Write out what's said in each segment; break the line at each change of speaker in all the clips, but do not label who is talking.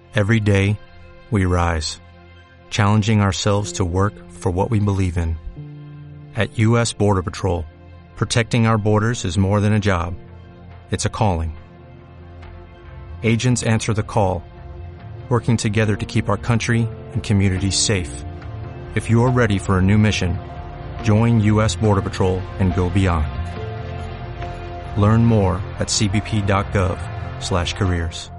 Every day, we rise, challenging ourselves to work for what we believe in. At U.S. Border Patrol, protecting our borders is more than a job. It's a calling. Agents answer the call, working together to keep our country and communities safe. If you're ready for a new mission, join U.S. Border Patrol and go beyond. Learn more at cbp.gov/careers.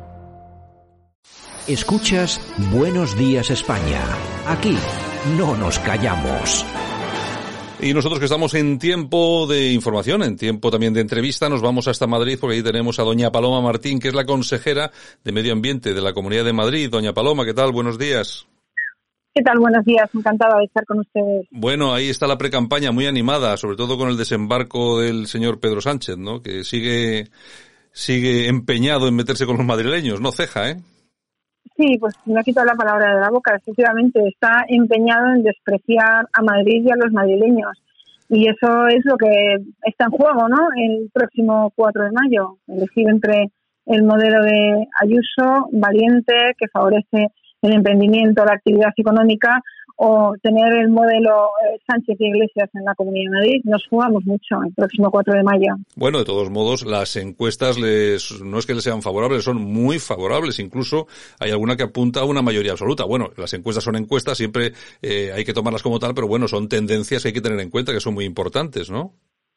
Escuchas Buenos Días España. Aquí no nos callamos.
Y nosotros que estamos en tiempo de información, en tiempo también de entrevista, nos vamos hasta Madrid porque ahí tenemos a doña Paloma Martín, que es la consejera de Medio Ambiente de la Comunidad de Madrid. Doña Paloma, ¿qué tal? Buenos días.
¿Qué tal? Buenos días, encantada de estar con ustedes.
Bueno, ahí está la precampaña muy animada, sobre todo con el desembarco del señor Pedro Sánchez, ¿no? Que sigue empeñado en meterse con los madrileños, no ceja, ¿eh?
Sí, pues me ha quitado la palabra de la boca. Efectivamente, está empeñado en despreciar a Madrid y a los madrileños. Y eso es lo que está en juego, ¿no? El próximo 4 de mayo. Elegir entre el modelo de Ayuso, valiente, que favorece el emprendimiento, la actividad económica, o tener el modelo Sánchez y Iglesias en la Comunidad de Madrid. Nos jugamos mucho el próximo 4 de mayo.
Bueno, de todos modos, las encuestas no es que les sean favorables, son muy favorables. Incluso hay alguna que apunta a una mayoría absoluta. Bueno, las encuestas son encuestas, siempre hay que tomarlas como tal, pero bueno, son tendencias que hay que tener en cuenta, que son muy importantes, ¿no?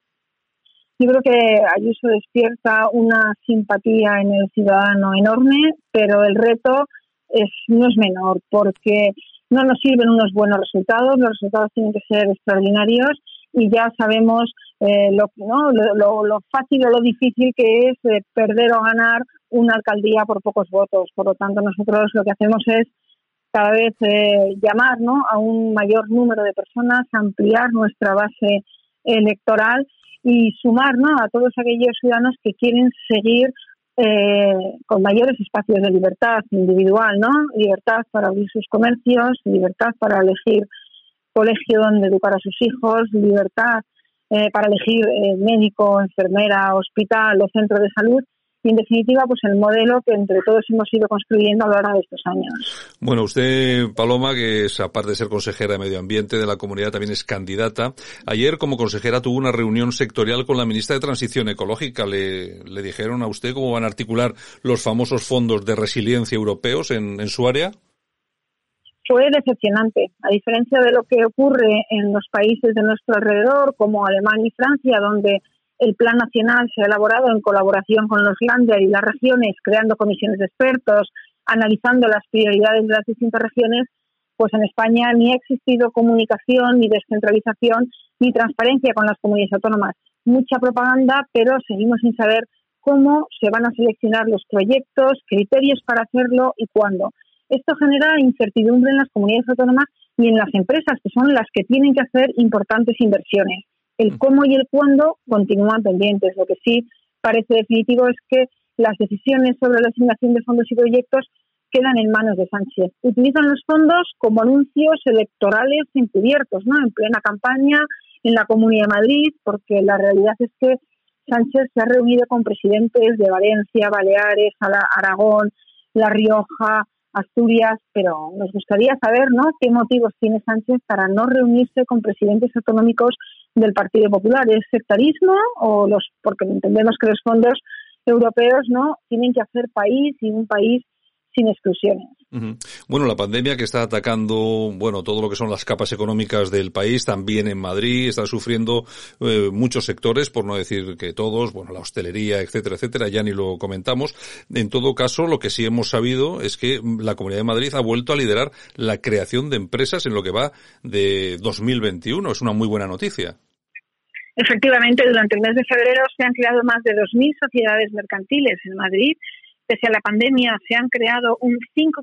Yo creo que Ayuso despierta una simpatía en el ciudadano enorme, pero el reto no es menor, porque no nos sirven unos buenos resultados, los resultados tienen que ser extraordinarios y ya sabemos lo fácil o lo difícil que es perder o ganar una alcaldía por pocos votos. Por lo tanto, nosotros lo que hacemos es cada vez llamar, ¿no?, a un mayor número de personas, ampliar nuestra base electoral y sumar, ¿no?, a todos aquellos ciudadanos que quieren seguir con mayores espacios de libertad individual, ¿no? Libertad para abrir sus comercios, libertad para elegir colegio donde educar a sus hijos, libertad para elegir médico, enfermera, hospital o centro de salud. Y, en definitiva, pues el modelo que entre todos hemos ido construyendo a lo largo de estos años.
Bueno, usted, Paloma, que es, aparte de ser consejera de Medio Ambiente de la Comunidad, también es candidata. Ayer, como consejera, tuvo una reunión sectorial con la ministra de Transición Ecológica. ¿Le dijeron a usted cómo van a articular los famosos fondos de resiliencia europeos en su área?
Fue decepcionante. A diferencia de lo que ocurre en los países de nuestro alrededor, como Alemania y Francia, donde el plan nacional se ha elaborado en colaboración con los Länder y las regiones, creando comisiones de expertos, analizando las prioridades de las distintas regiones, pues en España ni ha existido comunicación, ni descentralización, ni transparencia con las comunidades autónomas. Mucha propaganda, pero seguimos sin saber cómo se van a seleccionar los proyectos, criterios para hacerlo y cuándo. Esto genera incertidumbre en las comunidades autónomas y en las empresas, que son las que tienen que hacer importantes inversiones. El cómo y el cuándo continúan pendientes. Lo que sí parece definitivo es que las decisiones sobre la asignación de fondos y proyectos quedan en manos de Sánchez. Utilizan los fondos como anuncios electorales encubiertos, ¿no?, en plena campaña en la Comunidad de Madrid, porque la realidad es que Sánchez se ha reunido con presidentes de Valencia, Baleares, Aragón, La Rioja, Asturias, pero nos gustaría saber, ¿no?, qué motivos tiene Sánchez para no reunirse con presidentes autonómicos del Partido Popular. ¿Es sectarismo o porque entendemos que los fondos europeos, ¿no?, tienen que hacer país y un país sin exclusiones?
Uh-huh. Bueno, la pandemia que está atacando, todo lo que son las capas económicas del país, también en Madrid, están sufriendo muchos sectores, por no decir que todos, la hostelería, etcétera, ya ni lo comentamos. En todo caso, lo que sí hemos sabido es que la Comunidad de Madrid ha vuelto a liderar la creación de empresas en lo que va de 2021. Es una muy buena noticia.
Efectivamente, durante el mes de febrero se han creado más de 2.000 sociedades mercantiles en Madrid. Pese a la pandemia, se han creado un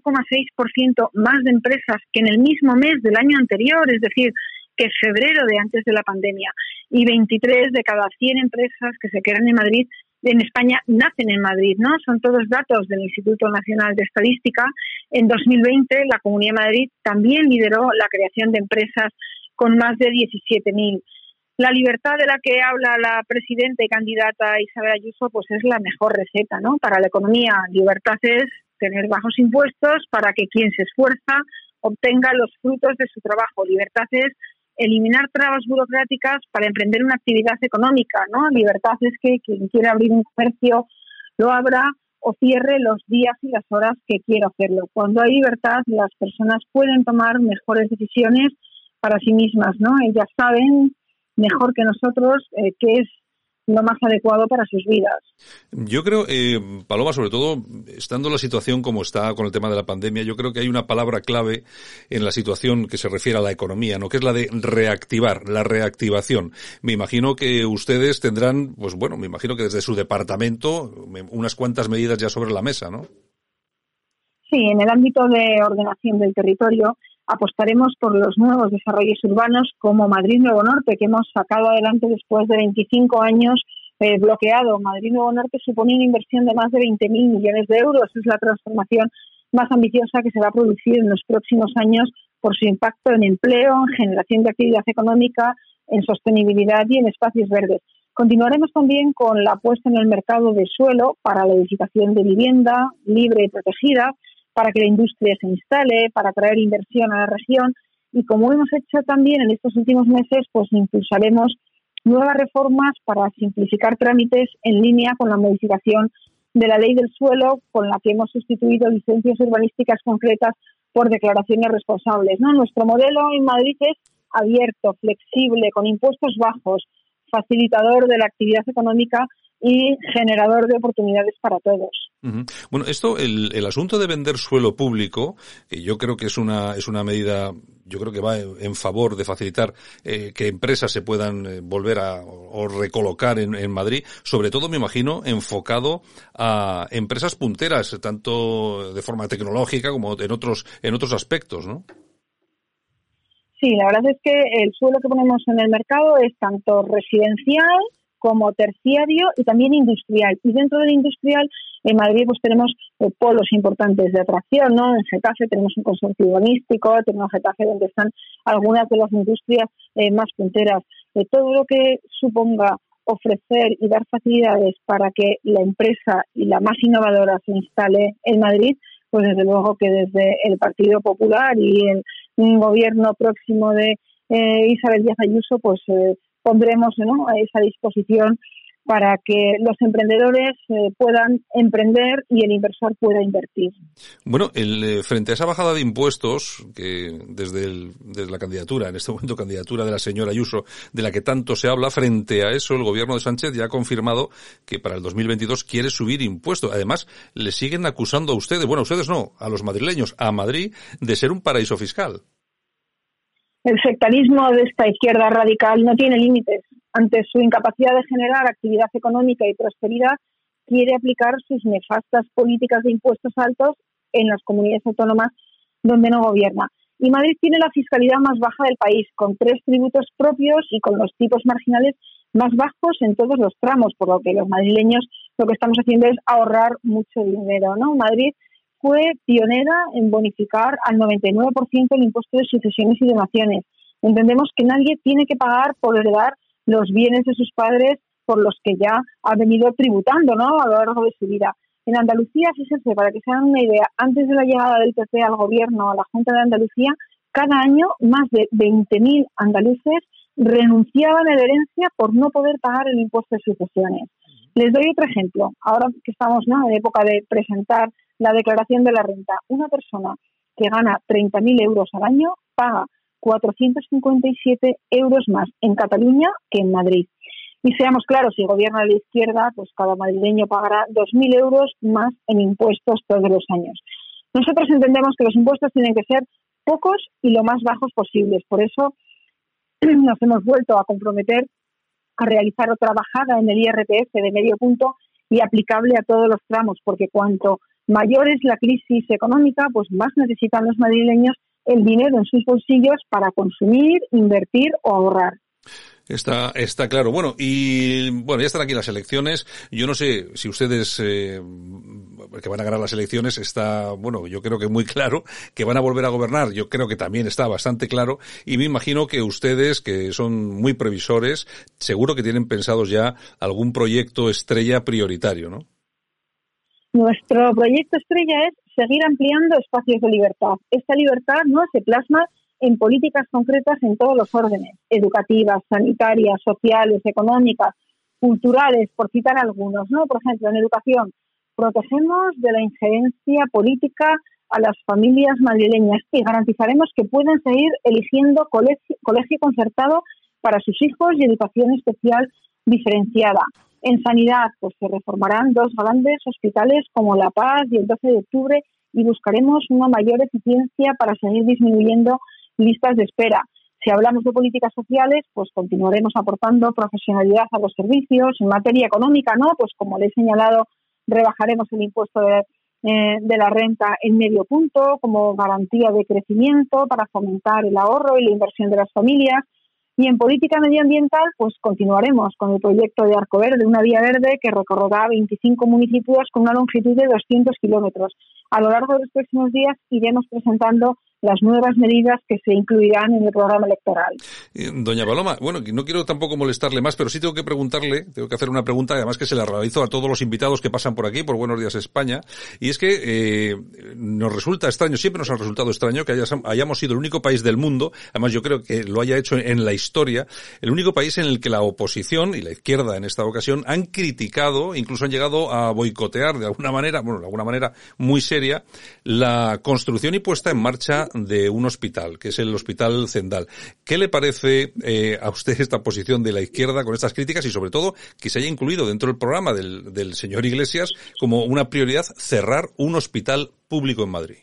5,6% más de empresas que en el mismo mes del año anterior, es decir, que febrero de antes de la pandemia. Y 23 de cada 100 empresas que se crean en Madrid, en España, nacen en Madrid, ¿no? Son todos datos del Instituto Nacional de Estadística. En 2020, la Comunidad de Madrid también lideró la creación de empresas con más de 17.000. La libertad de la que habla la presidenta y candidata Isabel Ayuso, pues es la mejor receta, ¿no?, para la economía. Libertad es tener bajos impuestos para que quien se esfuerza obtenga los frutos de su trabajo. Libertad es eliminar trabas burocráticas para emprender una actividad económica, ¿no? Libertad es que quien quiera abrir un comercio lo abra o cierre los días y las horas que quiera hacerlo. Cuando hay libertad, las personas pueden tomar mejores decisiones para sí mismas, ¿no? Ellas saben mejor que nosotros qué es lo más adecuado para sus vidas.
Yo creo, Paloma, sobre todo, estando la situación como está con el tema de la pandemia, yo creo que hay una palabra clave en la situación que se refiere a la economía, ¿no? Que es la de reactivar, la reactivación. Me imagino que ustedes tendrán, pues bueno, me imagino que desde su departamento, unas cuantas medidas ya sobre la mesa, ¿no?
Sí, en el ámbito de ordenación del territorio apostaremos por los nuevos desarrollos urbanos como Madrid Nuevo Norte, que hemos sacado adelante después de 25 años bloqueado. Madrid Nuevo Norte supone una inversión de más de 20.000 millones de euros. Es la transformación más ambiciosa que se va a producir en los próximos años por su impacto en empleo, en generación de actividad económica, en sostenibilidad y en espacios verdes. Continuaremos también con la puesta en el mercado de suelo para la edificación de vivienda libre y protegida, para que la industria se instale, para atraer inversión a la región. Y como hemos hecho también en estos últimos meses, pues impulsaremos nuevas reformas para simplificar trámites en línea con la modificación de la ley del suelo, con la que hemos sustituido licencias urbanísticas concretas por declaraciones responsables, ¿no? Nuestro modelo en Madrid es abierto, flexible, con impuestos bajos, facilitador de la actividad económica y generador de oportunidades para todos.
Uh-huh. Bueno, esto, el asunto de vender suelo público, que yo creo que es una medida, yo creo que va en favor de facilitar que empresas se puedan volver o recolocar en Madrid, sobre todo me imagino enfocado a empresas punteras, tanto de forma tecnológica como en otros aspectos, ¿no?
Sí, la verdad es que el suelo que ponemos en el mercado es tanto residencial como terciario y también industrial. Y dentro del industrial, en Madrid pues tenemos polos importantes de atracción, ¿no? En Getafe tenemos un consorcio urbanístico, tenemos Getafe donde están algunas de las industrias más punteras. Todo lo que suponga ofrecer y dar facilidades para que la empresa y la más innovadora se instale en Madrid, pues desde luego que desde el Partido Popular y el gobierno próximo de Isabel Díaz Ayuso, pues pondremos, ¿no?, a esa disposición para que los emprendedores puedan emprender y el inversor pueda invertir.
Bueno, frente a esa bajada de impuestos, que desde la candidatura, en este momento candidatura de la señora Ayuso, de la que tanto se habla, frente a eso el gobierno de Sánchez ya ha confirmado que para el 2022 quiere subir impuestos. Además, le siguen acusando a ustedes, bueno, a ustedes no, a los madrileños, a Madrid, de ser un paraíso fiscal.
El sectarismo de esta izquierda radical no tiene límites. Ante su incapacidad de generar actividad económica y prosperidad, quiere aplicar sus nefastas políticas de impuestos altos en las comunidades autónomas donde no gobierna. Y Madrid tiene la fiscalidad más baja del país, con 3 tributos propios y con los tipos marginales más bajos en todos los tramos, por lo que los madrileños lo que estamos haciendo es ahorrar mucho dinero, ¿no? Madrid fue pionera en bonificar al 99% el impuesto de sucesiones y donaciones. Entendemos que nadie tiene que pagar por heredar los bienes de sus padres por los que ya ha venido tributando, ¿no?, a lo largo de su vida. En Andalucía, fíjense, para que se hagan una idea, antes de la llegada del PP al gobierno, a la Junta de Andalucía, cada año más de 20.000 andaluces renunciaban a la herencia por no poder pagar el impuesto de sucesiones. Les doy otro ejemplo. Ahora que estamos, ¿no?, en época de presentar la declaración de la renta, una persona que gana 30.000 euros al año paga 457 euros más en Cataluña que en Madrid. Y seamos claros, si gobierna la izquierda, pues cada madrileño pagará 2.000 euros más en impuestos todos los años. Nosotros entendemos que los impuestos tienen que ser pocos y lo más bajos posibles. Por eso nos hemos vuelto a comprometer a realizar otra bajada en el IRPF de medio punto y aplicable a todos los tramos, porque cuanto mayor es la crisis económica, pues más necesitan los madrileños el dinero en sus bolsillos para consumir, invertir o ahorrar.
Está claro. Bueno, ya están aquí las elecciones. Yo no sé si ustedes que van a ganar las elecciones yo creo que muy claro que van a volver a gobernar. Yo creo que también está bastante claro y me imagino que ustedes, que son muy previsores, seguro que tienen pensados ya algún proyecto estrella prioritario, ¿no?
Nuestro proyecto estrella es seguir ampliando espacios de libertad. Esta libertad, ¿no?, se plasma en políticas concretas en todos los órdenes, educativas, sanitarias, sociales, económicas, culturales, por citar algunos, ¿no? Por ejemplo, en educación, protegemos de la injerencia política a las familias madrileñas y garantizaremos que puedan seguir eligiendo colegio concertado para sus hijos y educación especial diferenciada. En sanidad, pues se reformarán 2 grandes hospitales como La Paz y el 12 de octubre y buscaremos una mayor eficiencia para seguir disminuyendo listas de espera. Si hablamos de políticas sociales, pues continuaremos aportando profesionalidad a los servicios. En materia económica, ¿no? Pues como le he señalado, rebajaremos el impuesto de la renta en medio punto como garantía de crecimiento para fomentar el ahorro y la inversión de las familias. Y en política medioambiental, pues continuaremos con el proyecto de Arco Verde, una vía verde que recorrerá 25 municipios con una longitud de 200 kilómetros. A lo largo de los próximos días iremos presentando las nuevas medidas que se incluirán en el programa electoral.
Doña Paloma, bueno, no quiero tampoco molestarle más, pero sí tengo que hacer una pregunta, además que se la realizo a todos los invitados que pasan por aquí, por Buenos Días España, y es que nos resulta extraño, siempre nos ha resultado extraño que hayamos sido el único país del mundo, además yo creo que lo haya hecho en la historia, el único país en el que la oposición y la izquierda en esta ocasión han criticado, incluso han llegado a boicotear de alguna manera muy seria, la construcción y puesta en marcha de un hospital, que es el Hospital Zendal. ¿Qué le parece a usted esta posición de la izquierda con estas críticas y sobre todo que se haya incluido dentro del programa del señor Iglesias como una prioridad cerrar un hospital público en Madrid?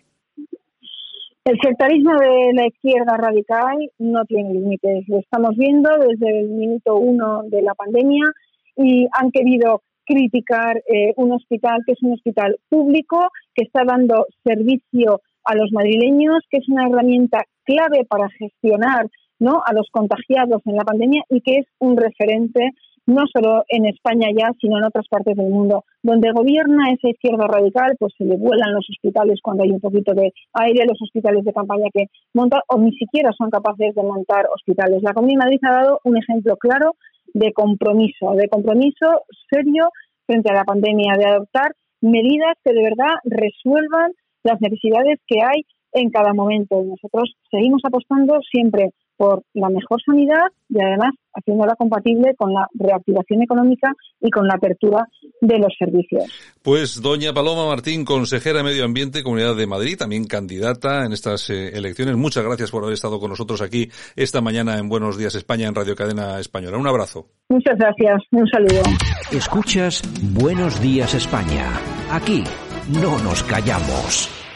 El sectarismo de la izquierda radical no tiene límites. Lo estamos viendo desde el minuto 1 de la pandemia y han querido criticar un hospital que es un hospital público, que está dando servicio a los madrileños, que es una herramienta clave para gestionar, ¿no?, a los contagiados en la pandemia y que es un referente no solo en España ya, sino en otras partes del mundo. Donde gobierna esa izquierda radical, pues se le vuelan los hospitales cuando hay un poquito de aire, los hospitales de campaña que montan, o ni siquiera son capaces de montar hospitales. La Comunidad de Madrid ha dado un ejemplo claro de compromiso serio frente a la pandemia, de adoptar medidas que de verdad resuelvan las necesidades que hay en cada momento. Nosotros seguimos apostando siempre por la mejor sanidad y además haciéndola compatible con la reactivación económica y con la apertura de los servicios.
Pues doña Paloma Martín, consejera de Medio Ambiente, Comunidad de Madrid, también candidata en estas elecciones. Muchas gracias por haber estado con nosotros aquí esta mañana en Buenos Días España, en Radio Cadena Española. Un abrazo.
Muchas gracias. Un saludo.
Escuchas Buenos Días España. Aquí no nos callamos.